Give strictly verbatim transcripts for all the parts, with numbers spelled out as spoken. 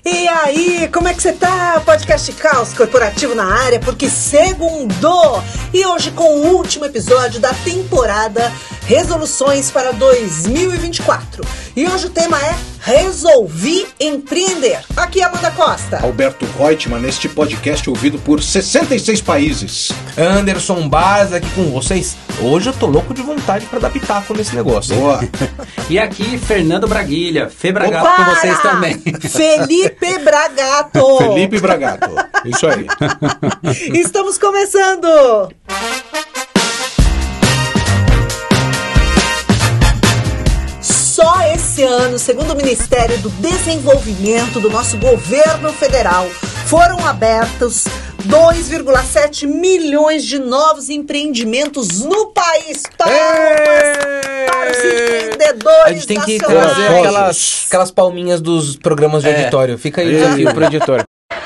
E aí, como é que você tá? Podcast Caos Corporativo na área, porque segundou! E hoje com o último episódio da temporada Resoluções para dois mil e vinte e quatro. E hoje o tema é Resolvi Empreender. Aqui é Amanda Costa. Alberto Reutemann, neste podcast ouvido por sessenta e seis países. Anderson Barza aqui com vocês. Hoje eu tô louco de vontade para dar pitaco nesse negócio. Boa! E aqui, Fernando Braguilha, Fê Bragato Opa! Com vocês também. Felipe Bragato. Felipe Bragato, isso aí. Estamos começando! Só esse ano, segundo o Ministério do Desenvolvimento do nosso governo federal, foram abertos dois vírgula sete milhões de novos empreendimentos no país. Palmas para os empreendedores. A gente tem que nacionais. trazer aquelas, aquelas palminhas dos programas de É. auditório. Fica aí o desafio pro editor.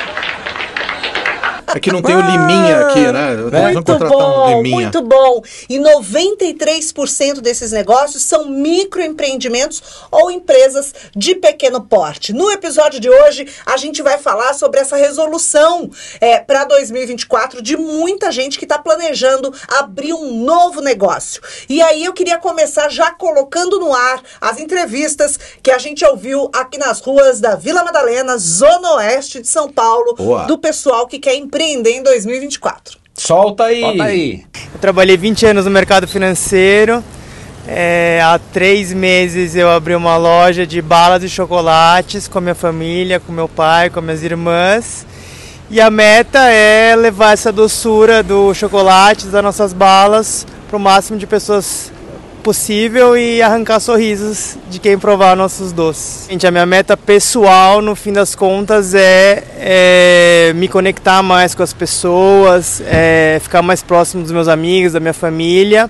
É que não tem o Liminha aqui, né? Vamos Muito contratar bom, um Liminha. muito bom. E noventa e três por cento desses negócios são microempreendimentos ou empresas de pequeno porte. No episódio de hoje, a gente vai falar sobre essa resolução é, para dois mil e vinte e quatro de muita gente que está planejando abrir um novo negócio. E aí eu queria começar já colocando no ar as entrevistas que a gente ouviu aqui nas ruas da Vila Madalena, Zona Oeste de São Paulo, Boa. do pessoal que quer empreender em dois mil e vinte e quatro. Solta aí. Bota aí. Eu trabalhei vinte anos no mercado financeiro. É, há três meses eu abri uma loja de balas e chocolates com a minha família, com meu pai, com minhas irmãs. E a meta é levar essa doçura do chocolate, das nossas balas, para o máximo de pessoas possível e arrancar sorrisos de quem provar nossos doces. Gente, a minha meta pessoal, no fim das contas, é, é me conectar mais com as pessoas, é ficar mais próximo dos meus amigos, da minha família,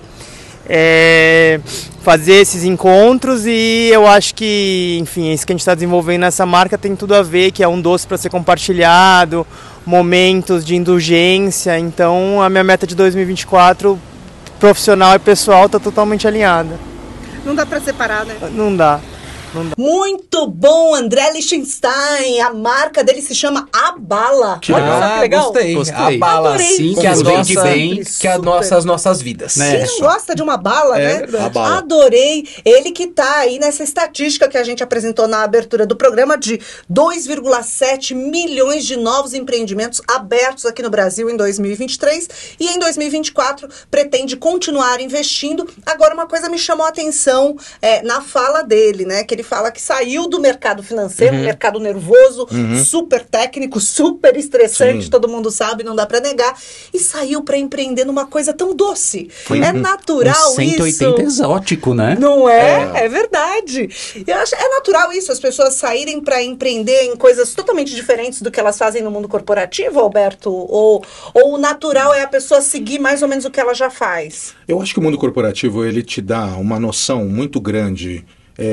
é fazer esses encontros, e eu acho que, enfim, isso que a gente está desenvolvendo nessa marca tem tudo a ver, que é um doce para ser compartilhado, momentos de indulgência. Então a minha meta de dois mil e vinte e quatro, profissional e pessoal, tá totalmente alinhada. Não dá pra separar, né? Não dá. Não dá. Muito bom, André Lichtenstein. A marca dele se chama A Bala. Que Olha legal. só que legal. Gostei. Gostei. A bala Adorei. assim, que Como as vende nossas, bem. que as Super. nossas, nossas vidas. Né? Quem não gosta de uma bala, É né? verdade. A bala. Adorei. Ele que tá aí nessa estatística que a gente apresentou na abertura do programa de dois vírgula sete milhões de novos empreendimentos abertos aqui no Brasil em dois mil e vinte e três, e em dois mil e vinte e quatro pretende continuar investindo. Agora, uma coisa me chamou a atenção é, na fala dele, né? Que ele fala que saiu do mercado financeiro, Uhum. um mercado nervoso, super técnico, super estressante, Sim. todo mundo sabe, não dá pra negar, e saiu pra empreender numa coisa tão doce. Foi É um- natural Um cento e oitenta isso. exótico, né? Não é? É, verdade. Eu acho, é natural isso, as pessoas saírem para empreender em coisas totalmente diferentes do que elas fazem no mundo corporativo, Alberto? Ou, ou o natural é a pessoa seguir mais ou menos o que ela já faz? Eu acho que o mundo corporativo, ele te dá uma noção muito grande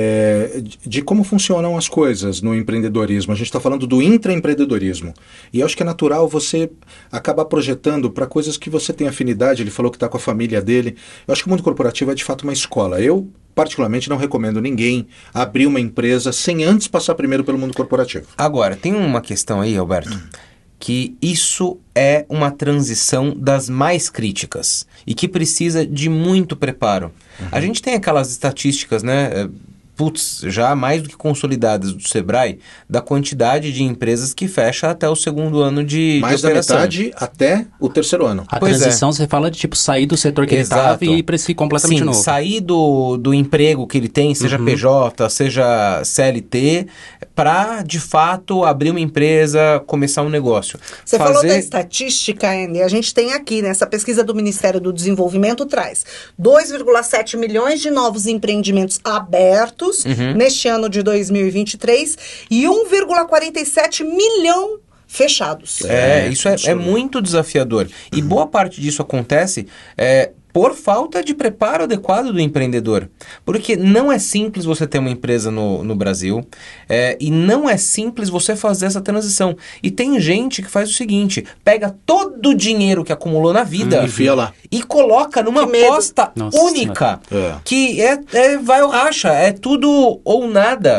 é, de, de como funcionam as coisas no empreendedorismo. A gente está falando do intraempreendedorismo. E eu acho que é natural você acabar projetando para coisas que você tem afinidade. Ele falou que está com a família dele. Eu acho que o mundo corporativo é de fato uma escola. Eu, particularmente, não recomendo ninguém abrir uma empresa sem antes passar primeiro pelo mundo corporativo. Agora, tem uma questão aí, Alberto, que isso é uma transição das mais críticas e que precisa de muito preparo. A gente tem aquelas estatísticas, né? eh, Putz, já mais do que consolidadas do Sebrae, da quantidade de empresas que fecha até o segundo ano de, Mais de da operação. metade até o terceiro ano. A Pois transição, você fala de tipo sair do setor que Exato. ele estava e ir para esse completamente Sim, novo. sair do, do emprego que ele tem, seja Uhum. P J, seja C L T, para, de fato, abrir uma empresa, começar um negócio. Você Fazer... falou da estatística, Andy. A gente tem aqui, nessa pesquisa do Ministério do Desenvolvimento, traz dois vírgula sete milhões de novos empreendimentos abertos Uhum. neste ano de dois mil e vinte e três e um vírgula quarenta e sete milhão fechados. É, É, isso é, é absurdo. muito desafiador. E boa parte disso acontece é, por falta de preparo adequado do empreendedor. Porque não é simples você ter uma empresa no, no Brasil é, e não é simples você fazer essa transição. E tem gente que faz o seguinte, pega todo o dinheiro que acumulou na vida Hum, enfia lá. e coloca numa Que medo. aposta Nossa única, É. que é, é vai ou racha, é tudo ou nada.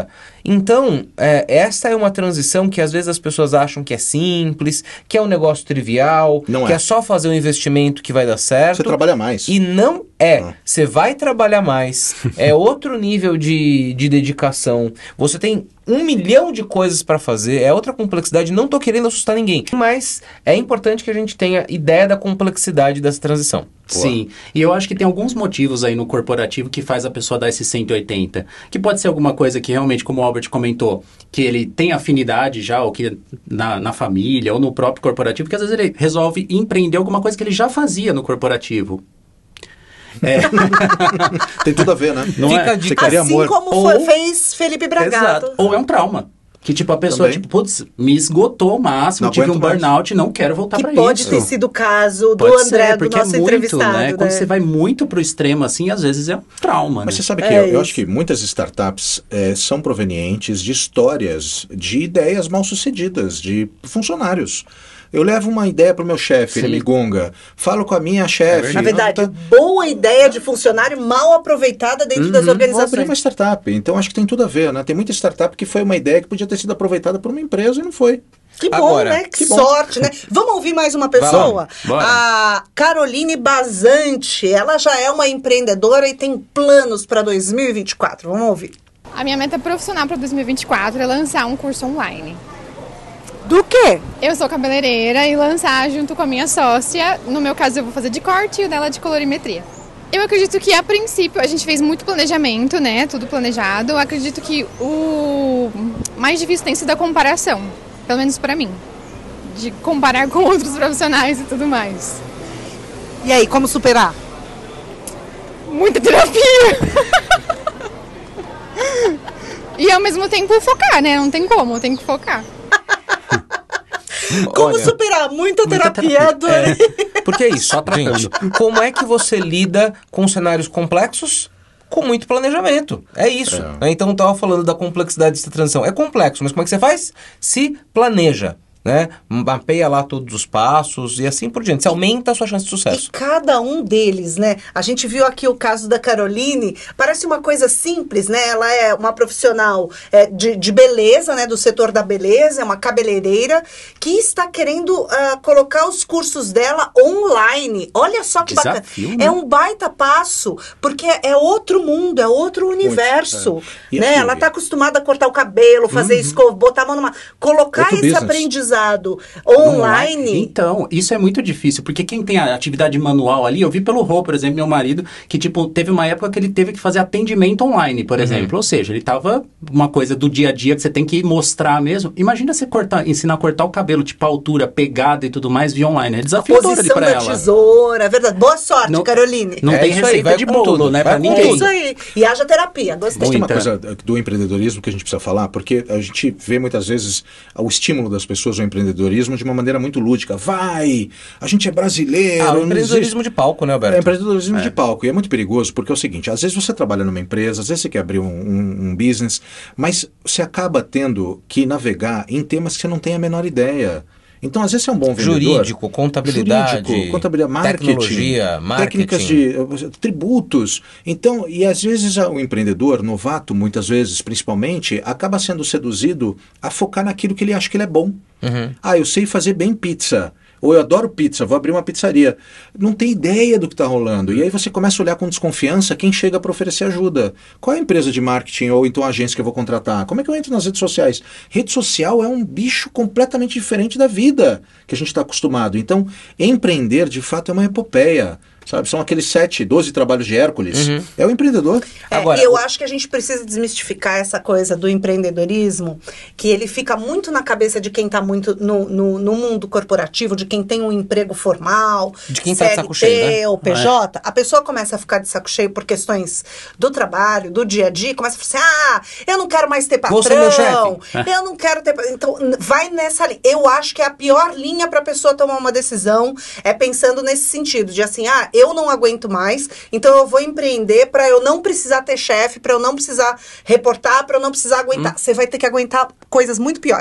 Então, é, essa é uma transição que às vezes as pessoas acham que é simples, que é um negócio trivial, Não que é. é só fazer um investimento que vai dar certo. Você trabalha mais. E não é. Você vai trabalhar mais. É outro nível de, de dedicação. Você tem um milhão de coisas para fazer. É outra complexidade. Não tô querendo assustar ninguém. Mas é importante que a gente tenha ideia da complexidade dessa transição. Sim, e eu acho que tem alguns motivos aí no corporativo que faz a pessoa dar esse cento e oitenta. Que pode ser alguma coisa que realmente, como o Albert comentou, que ele tem afinidade já, ou que na, na família, ou no próprio corporativo, que às vezes ele resolve empreender alguma coisa que ele já fazia no corporativo. É. Tem tudo a ver, né? Não Fica é? de querer Assim amor. como Ou- foi- fez Felipe Bragato. Exato. Ou é um trauma. Que tipo, a pessoa, Também. tipo, putz, me esgotou ao máximo, Não tive um aguento mais. burnout, não quero voltar Que pra pode isso. ter sido o caso do Pode André, ser, do porque nosso é muito, entrevistado. né? né? Quando você vai muito pro extremo, assim, às vezes é um trauma, Mas né? você sabe que É eu, eu isso. acho que muitas startups eh, são provenientes de histórias, de ideias mal sucedidas, de funcionários. Eu levo uma ideia pro meu chefe, ele Sim. me gonga. Falo com a minha chefe. Na verdade, não, tá- boa ideia de funcionário mal aproveitada dentro das Vou abrir uma organizações. startup. Então acho que tem tudo a ver, né? Tem muita startup que foi uma ideia que podia ter sido aproveitada por uma empresa e não foi. Que bom, Agora, né? Que, que bom. sorte, né? Vamos ouvir mais uma pessoa? Bora. A Caroline Bazante. Ela já é uma empreendedora e tem planos para dois mil e vinte e quatro. Vamos ouvir. A minha meta profissional para dois mil e vinte e quatro é lançar um curso online. Do quê? Eu sou cabeleireira e lançar junto com a minha sócia, no meu caso eu vou fazer de corte e o dela de colorimetria. Eu acredito que a princípio a gente fez muito planejamento, né? Tudo planejado. Eu acredito que o mais difícil tem sido a comparação, pelo menos para mim, de comparar com outros profissionais e tudo mais. E aí, como superar? Muita terapia. E ao mesmo tempo focar, né? Não tem como, tem que focar. Como Olha, superar? Muita, muita terapia, terapia. adorei. Porque é isso, Só tratando. gente. Como é que você lida com cenários complexos com muito planejamento? É isso. É. né? Então, eu estava falando da complexidade dessa transição. É complexo, mas como é que você faz? Se planeja, né? Mapeia lá todos os passos e assim por diante. Você aumenta a sua chance de E sucesso. cada um deles, né? A gente viu aqui o caso da Caroline, parece uma coisa simples, né? Ela é uma profissional é, de, de beleza, né? Do setor da beleza, é uma cabeleireira que está querendo ah, colocar os cursos dela online. Olha só que Desafio, bacana. né? É um baita passo, porque é outro mundo, é outro universo. é. E Né? aqui- Ela está acostumada a cortar o cabelo, fazer escova, botar a mão numa... Colocar Outro esse business. aprendizado online... Então, isso é muito difícil, porque quem tem a atividade manual ali, eu vi pelo Rô, por exemplo, meu marido, que tipo, teve uma época que ele teve que fazer atendimento online, por exemplo. Ou seja, ele tava uma coisa do dia a dia que você tem que mostrar mesmo. Imagina você cortar, ensinar a cortar o cabelo, tipo, a altura, pegada e tudo mais via online. É desafiador ali Posição pra da ela. tesoura, é verdade. Boa sorte, Não- Caroline. Não É tem isso aí, receita vai de com bolo, tudo, né, vai pra com É ninguém. isso aí. E haja terapia, gostei. Mas tem uma Muita. coisa do empreendedorismo que a gente precisa falar, porque a gente vê muitas vezes o estímulo das pessoas ao empreendedorismo de uma maneira muito lúdica. Vai! A gente é brasileiro. Ah, o não empreendedorismo existe- de palco, né, Alberto? É empreendedorismo de palco. E é muito perigoso, porque é o seguinte, às vezes você trabalha numa empresa, às vezes você quer abrir um, um- um business, mas você acaba tendo que navegar em temas que você não tem a menor ideia. Então, às vezes, você é um bom vendedor. Jurídico, contabilidade, Jurídico, contabilidade, marketing, tecnologia, marketing. técnicas de eh, tributos. Então, e às vezes a- o empreendedor, novato, muitas vezes, principalmente, acaba sendo seduzido a focar naquilo que ele acha que ele é bom. Uhum. Ah, eu sei fazer bem pizza. Ou eu adoro pizza, vou abrir uma pizzaria. Não tem ideia do que está rolando. E aí você começa a olhar com desconfiança quem chega para oferecer ajuda. Qual é a empresa de marketing ou então a agência que eu vou contratar? Como é que eu entro nas redes sociais? Rede social é um bicho completamente diferente da vida que a gente está acostumado. Então, empreender, de fato, é uma epopeia. Sabe? São aqueles sete, doze trabalhos de Hércules. Uhum. É o empreendedor. É, Agora, eu o- acho que a gente precisa desmistificar essa coisa do empreendedorismo, que ele fica muito na cabeça de quem está muito no, no, no mundo corporativo, de quem tem um emprego formal, De quem tá de saco C L T cheio, né? ou P J. A pessoa começa a ficar de saco cheio por questões do trabalho, do dia a dia, começa a falar assim, ah, eu não quero mais ter patrão, Vou ser meu chefe. eu não quero ter... Então, n- vai nessa linha. Eu acho que é a pior linha para a pessoa tomar uma decisão, é pensando nesse sentido, de assim, ah, eu não aguento mais, então eu vou empreender para eu não precisar ter chefe, para eu não precisar reportar, para eu não precisar aguentar. Você vai ter que aguentar coisas muito piores.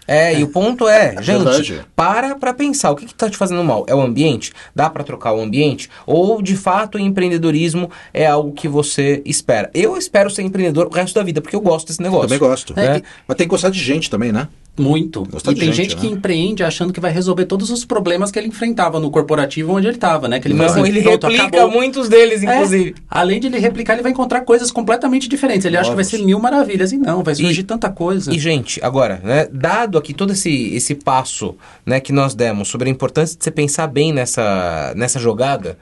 É, e o ponto é, gente, Verdade. para pra pensar, o que que tá te fazendo mal? É o ambiente? Dá pra trocar o ambiente? Ou, de fato, o empreendedorismo é algo que você espera? Eu espero ser empreendedor o resto da vida, porque eu gosto desse negócio. Também gosto. É, É. Mas tem que gostar de gente também, né? Muito. Gostar E de tem gente, gente, né? que empreende achando que vai resolver todos os problemas que ele enfrentava no corporativo onde ele estava, né? Que ele Não, fala assim, ele pronto, replica acabou. muitos deles, É, inclusive. além de ele replicar, ele vai encontrar coisas completamente diferentes. Ele acha que vai Novos. ser mil maravilhas. E não, vai surgir E- tanta coisa. E, gente, agora, né, dado aqui todo esse, esse passo, né, que nós demos sobre a importância de você pensar bem nessa, nessa jogada,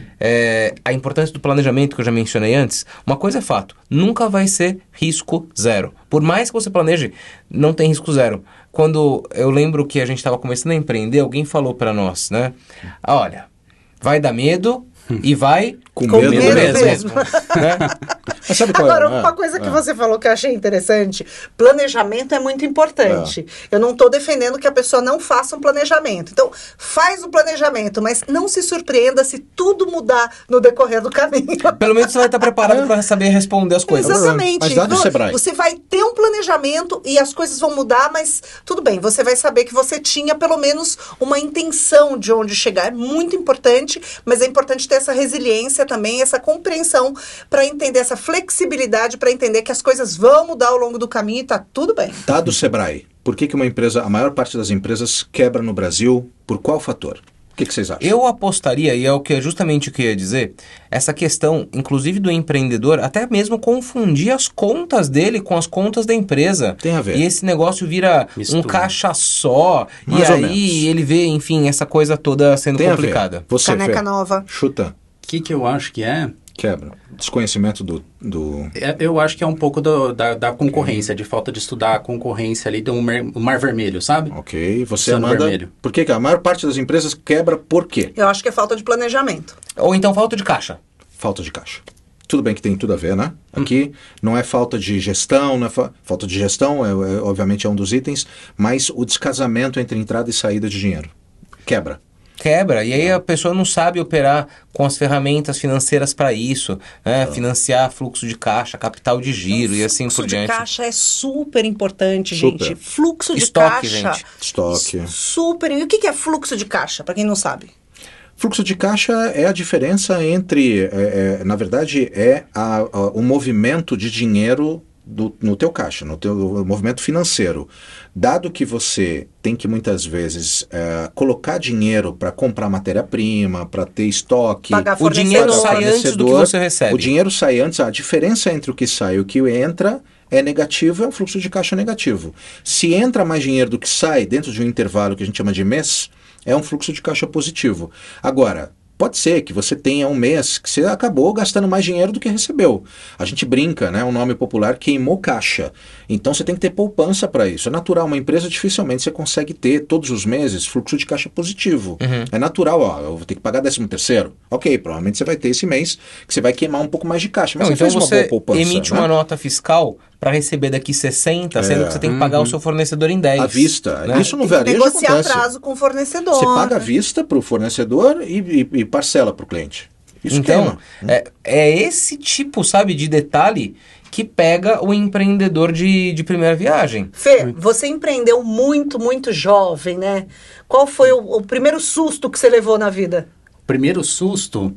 é, a importância do planejamento que eu já mencionei antes, uma coisa é fato, nunca vai ser risco zero. Por mais que você planeje, não tem risco zero. Quando eu lembro que a gente estava começando a empreender, alguém falou para nós, né, olha, vai dar medo e vai Com, Com medo, medo mesmo. mesmo. né? Mas sabe qual Agora, é? uma É, coisa que é. você falou que eu achei interessante, planejamento é muito importante. Eu não estou defendendo que a pessoa não faça um planejamento. Então, faz o planejamento, mas não se surpreenda se tudo mudar no decorrer do caminho. Pelo menos você vai estar preparado para saber responder as coisas. Exatamente. Mas dá do Vo- Sebrae. Você vai ter um planejamento e as coisas vão mudar, mas tudo bem, você vai saber que você tinha pelo menos uma intenção de onde chegar. É muito importante, mas é importante ter essa resiliência também, essa compreensão para entender essa flexibilidade, para entender que as coisas vão mudar ao longo do caminho e tá tudo bem. Dado o Sebrae, por que, que uma empresa, a maior parte das empresas quebra no Brasil? Por qual fator? O que, que vocês acham? Eu apostaria, e é o que é justamente o que eu ia dizer, essa questão, inclusive do empreendedor, até mesmo confundir as contas dele com as contas da empresa. Tem a ver. E esse negócio vira Mistura. um caixa só, Mais e ou aí menos. ele vê, enfim, essa coisa toda sendo Tem a complicada. ver. Você, Caneca Fê, nova. chuta, O que, que eu acho que é? quebra. Desconhecimento do... do... É, Eu acho que é um pouco do- da, da concorrência, de falta de estudar a concorrência ali do mar, o mar vermelho, sabe? Ok, você, Oceano Amanda... Vermelho. Por que, que a maior parte das empresas quebra por quê? Eu acho que é falta de planejamento. Ou então falta de caixa. Falta de caixa. Tudo bem que tem tudo a ver, né? Aqui não é falta de gestão, não é fa- falta de gestão, é, é, obviamente é um dos itens, mas o descasamento entre entrada e saída de dinheiro. Quebra. Quebra, e aí a pessoa não sabe operar com as ferramentas financeiras para isso, né? Financiar fluxo de caixa, capital de giro e assim por Fluxo de diante. caixa é super importante, Super. gente. Fluxo de Estoque, caixa. gente. Estoque. Super. E o que que é fluxo de caixa, para quem não sabe? Fluxo de caixa é a diferença entre, é, é, na verdade, é a, a- o movimento de dinheiro do- no teu caixa, no teu movimento financeiro. Dado que você tem que muitas vezes é, colocar dinheiro para comprar matéria-prima, para ter estoque, Pagar O dinheiro fornecedor. sai antes do que fornecedor, você recebe. o dinheiro sai antes, a diferença entre o que sai e o que entra é negativo, é um fluxo de caixa negativo. Se entra mais dinheiro do que sai dentro de um intervalo que a gente chama de mês, é um fluxo de caixa positivo. Agora, pode ser que você tenha um mês que você acabou gastando mais dinheiro do que recebeu. A gente brinca, né? Um nome popular, queimou caixa. Então você tem que ter poupança para isso. É natural, uma empresa dificilmente você consegue ter todos os meses fluxo de caixa positivo. É natural, ó, eu vou ter que pagar décimo terceiro. Ok, provavelmente você vai ter esse mês que você vai queimar um pouco mais de caixa, mas Não, você então fez uma você boa poupança. emite né? uma nota fiscal para receber daqui sessenta, sendo É. que você tem que pagar o seu fornecedor em dez. À vista. né? Isso no Tem que varejo negociar acontece. prazo com o fornecedor. Você paga à vista para o fornecedor e, e- e parcela para o cliente. Isso Então, queima. é, é esse tipo, sabe, de detalhe que pega o empreendedor de, de primeira viagem. Fê, você empreendeu muito, muito jovem, né? Qual foi o, o primeiro susto que você levou na vida? Primeiro susto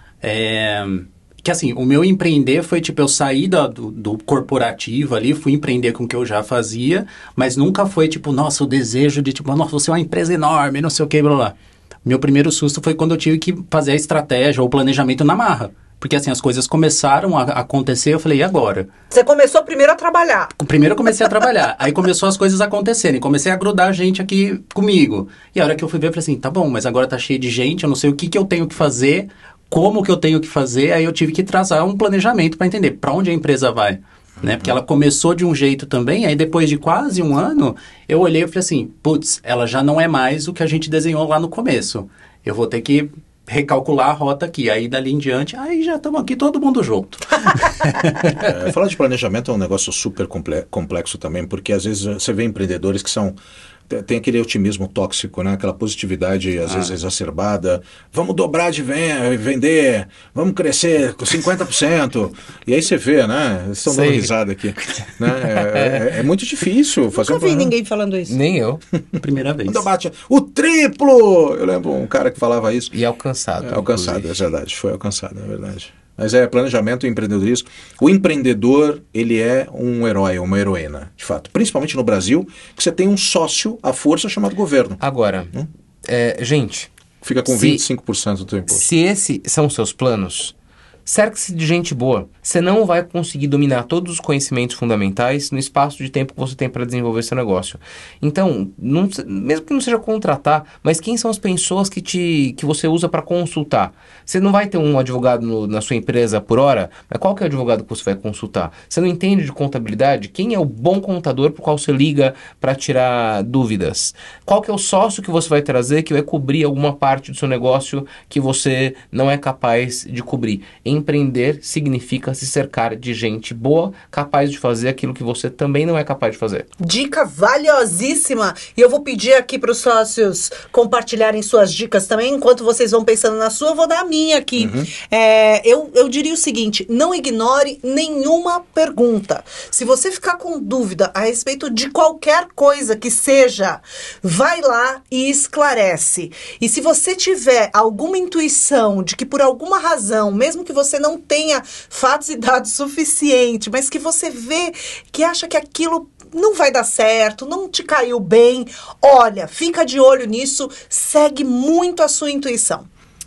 é que assim, o meu empreender foi tipo, eu saí da- do, do corporativo ali, fui empreender com o que eu já fazia, mas nunca foi tipo, nossa, o desejo de tipo, nossa, você é uma empresa enorme, não sei o que, blá blá. Meu primeiro susto foi quando eu tive que fazer a estratégia ou o planejamento na marra. Porque assim, as coisas começaram a acontecer, eu falei, e agora? Você começou primeiro a trabalhar. Primeiro eu comecei a trabalhar, aí começou as coisas acontecerem, comecei a grudar gente aqui comigo. E a hora que eu fui ver, eu falei assim, tá bom, mas agora tá cheio de gente, eu não sei o que, que eu tenho que fazer, como que eu tenho que fazer, aí eu tive que traçar um planejamento para entender para onde a empresa vai. Né? Porque ela começou de um jeito também, aí depois de quase um ano, eu olhei e falei assim, putz, ela já não é mais o que a gente desenhou lá no começo. Eu vou ter que recalcular a rota aqui. Aí dali em diante, aí já estamos aqui todo mundo junto. É, falar de planejamento é um negócio super comple- complexo também, porque às vezes você vê empreendedores que são tem aquele otimismo tóxico, né? Aquela positividade, às ah. vezes, exacerbada. Vamos dobrar de vender, vamos crescer com cinquenta por cento. E aí você vê, né? Vocês estão dando risada aqui. Né? É, é, é muito difícil fazer. Nunca vi um... ninguém falando isso. Nem eu. Primeira vez. Bate, o triplo! Eu lembro um cara que falava isso. E alcançado. É, alcançado, é verdade. Foi alcançado, é verdade. Mas é planejamento e empreendedorismo. O empreendedor, ele é um herói, uma heroína, de fato. Principalmente no Brasil, que você tem um sócio à força chamado governo. Agora, hum? é, gente... Fica com se, vinte e cinco por cento do teu imposto. Se esses são seus planos, cerque-se de gente boa. Você não vai conseguir dominar todos os conhecimentos fundamentais no espaço de tempo que você tem para desenvolver seu negócio. Então, não, mesmo que não seja contratar, mas quem são as pessoas que, te, que você usa para consultar? Você não vai ter um advogado no, na sua empresa por hora, mas qual que é o advogado que você vai consultar? Você não entende de contabilidade? Quem é o bom contador para o qual você liga para tirar dúvidas? Qual que é o sócio que você vai trazer que vai cobrir alguma parte do seu negócio que você não é capaz de cobrir? Empreender significa se cercar de gente boa, capaz de fazer aquilo que você também não é capaz de fazer. Dica valiosíssima! E eu vou pedir aqui para os sócios compartilharem suas dicas também. Enquanto vocês vão pensando na sua, eu vou dar a minha aqui. Uhum. É, eu, eu diria o seguinte, não ignore nenhuma pergunta. Se você ficar com dúvida a respeito de qualquer coisa que seja, vai lá e esclarece. E se você tiver alguma intuição de que por alguma razão, mesmo que você não tenha fatos e dados suficientes, mas que você vê que acha que aquilo não vai dar certo, não te caiu bem, olha, fica de olho nisso, segue muito a sua intuição.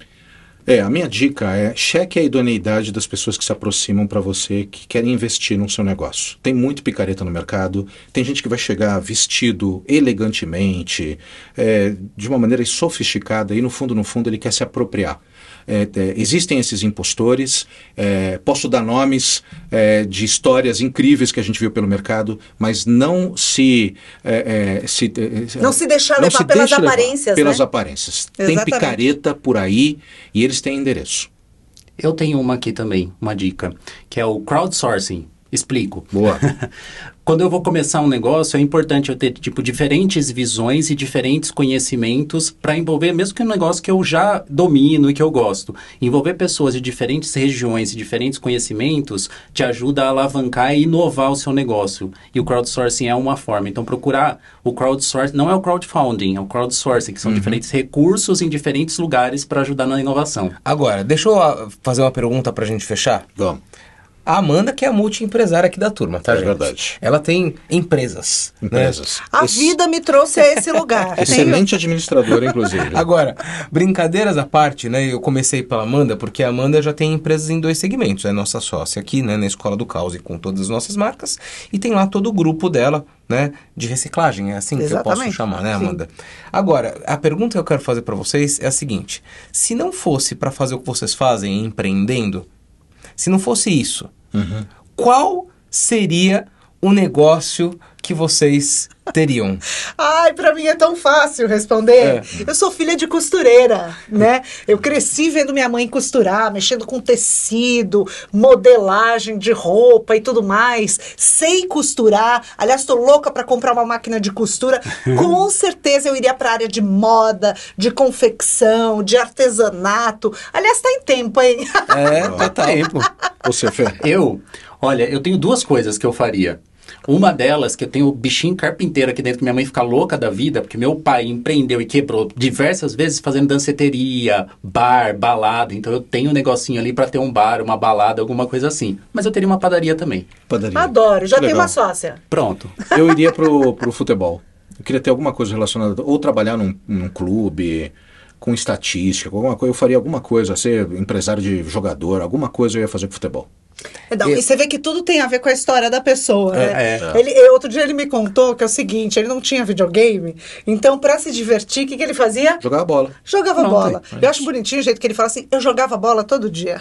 É, a minha dica é cheque a idoneidade das pessoas que se aproximam para você, que querem investir no seu negócio. Tem muito picareta no mercado, tem gente que vai chegar vestido elegantemente, é, de uma maneira sofisticada e no fundo, no fundo, ele quer se apropriar. É, é, existem esses impostores, é, posso dar nomes é, de histórias incríveis que a gente viu pelo mercado, mas não se... É, é, se é, não se deixar levar se pelas aparências, levar pelas né? aparências. Exatamente. Tem picareta por aí e eles têm endereço. Eu tenho uma aqui também, uma dica, que é o crowdsourcing. Explico. Boa. Quando eu vou começar um negócio, é importante eu ter, tipo, diferentes visões e diferentes conhecimentos para envolver, mesmo que um negócio que eu já domino e que eu gosto. Envolver pessoas de diferentes regiões e diferentes conhecimentos te ajuda a alavancar e inovar o seu negócio. E o crowdsourcing é uma forma. Então, procurar o crowdsourcing, não é o crowdfunding, é o crowdsourcing, que são uhum. diferentes recursos em diferentes lugares para ajudar na inovação. Agora, deixa eu fazer uma pergunta para a gente fechar. Vamos. A Amanda, que é a multi-empresária aqui da turma, tá, é gente? É verdade. Ela tem empresas. Empresas. Né? A esse... vida me trouxe a esse lugar. Excelente administradora, inclusive. Agora, brincadeiras à parte, né? Eu comecei pela Amanda, porque a Amanda já tem empresas em dois segmentos. É nossa sócia aqui, né? Na Escola do Caos e com todas as nossas marcas. E tem lá todo o grupo dela, né? De reciclagem. É assim Exatamente. Que eu posso chamar, né, Amanda? Sim. Agora, a pergunta que eu quero fazer para vocês é a seguinte. Se não fosse para fazer o que vocês fazem empreendendo, se não fosse isso, uhum. qual seria o negócio que vocês teriam? Ai, pra mim é tão fácil responder. É. Eu sou filha de costureira, né? Eu cresci vendo minha mãe costurar, mexendo com tecido, modelagem de roupa e tudo mais. Sei costurar. Aliás, tô louca pra comprar uma máquina de costura. Com certeza eu iria pra área de moda, de confecção, de artesanato. Aliás, tá em tempo, hein? É, tá, tá tempo. Você, Fê? Eu? Olha, eu tenho duas coisas que eu faria. Uma delas, que eu tenho o bichinho carpinteiro aqui dentro, que minha mãe fica louca da vida, porque meu pai empreendeu e quebrou diversas vezes fazendo danceteria, bar, balada. Então eu tenho um negocinho ali pra ter um bar, uma balada, alguma coisa assim. Mas eu teria uma padaria também. Padaria. Adoro, já tenho uma sócia. Pronto. Eu iria pro, pro futebol. Eu queria ter alguma coisa relacionada, ou trabalhar num, num clube, com estatística, com alguma coisa. Eu faria alguma coisa, ser empresário de jogador, alguma coisa eu ia fazer com futebol. Não, e você vê que tudo tem a ver com a história da pessoa, é, né? É. Ele, outro dia ele me contou que é o seguinte, ele não tinha videogame, então pra se divertir, o que, que ele fazia? Jogava bola. Jogava não, bola. Tem, eu acho bonitinho o jeito que ele fala assim, eu jogava bola todo dia.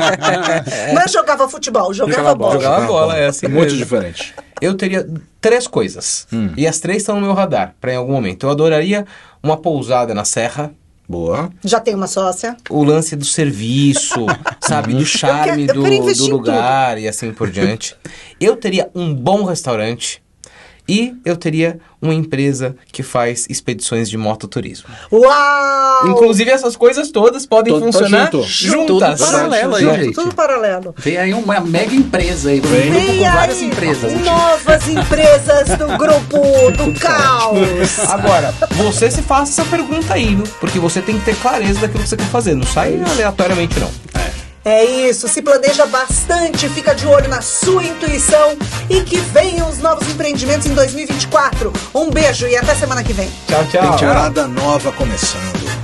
Não é jogava futebol, jogava, jogava bola. Jogava, jogava bola, é assim. Muito diferente. Eu teria três coisas, hum. e as três estão no meu radar, pra em algum momento. Eu adoraria uma pousada na serra. Boa. Já tem uma sócia. O lance do serviço, sabe? Do charme eu quero, eu do, do lugar e assim por diante. Eu teria um bom restaurante e eu teria uma empresa que faz expedições de mototurismo. Uau! Inclusive, essas coisas todas podem Tudo funcionar junto. juntas. Tudo paralelo aí, Junto, gente. tudo paralelo. Vem aí uma mega empresa aí, um grupo Vem com várias aí empresas. novas empresas do grupo do caos. Agora, você se faça essa pergunta aí, viu? Porque você tem que ter clareza daquilo que você quer fazer. Não sai aleatoriamente, não. É isso, se planeja bastante, fica de olho na sua intuição e que venham os novos empreendimentos em dois mil e vinte e quatro. Um beijo e até semana que vem. Tchau, tchau. Temporada nova começando.